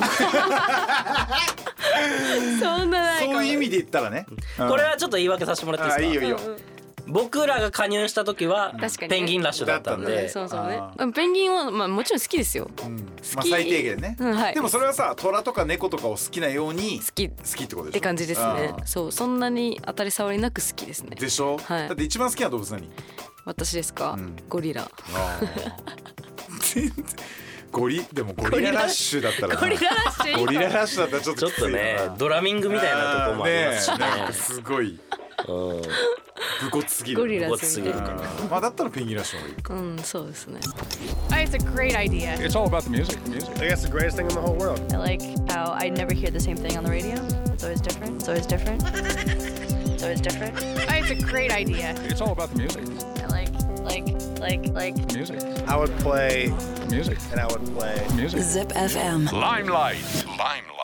そんなないかも。 そういう意味で言ったらね、 うん、これはちょっと言い訳させてもらっていいですか？ いいよいいよ。 僕らが加入した時はペンギンラッシュだったんで、 そうそうね。ペンギンはまあもちろん好きですよ、うん、 好き、まあ、最低限ね、うんはい、でもそれはさ虎とか猫とかを好きなように好き好きってことでしょって感じですね。そうそんなに当たり障りなく好きですね。 でしょ、はい、だって一番好きな動物何？ 私ですか、うん、ゴリラ。 全然ゴリでもゴリララッシュだったらゴリララッシュゴリララッシュだったらちょっときついな。 ちょっとねドラミングみたいなとこもありますしね。 なんかすごい武骨すぎる。 ゴリラ武骨すぎるかな。 まあだったらペンギンラッシュの方がいいか。 うんそうですね。 It's a great idea. It's all about the music. The music. I guess the greatest thing in the whole world. I like how I never hear the same thing on the radio. It's always different. It's always different. It's always different. It's a great idea. It's all about the music. I like like like like music. I would play music and I would play music. Zip エフエム Limelight. Limelight.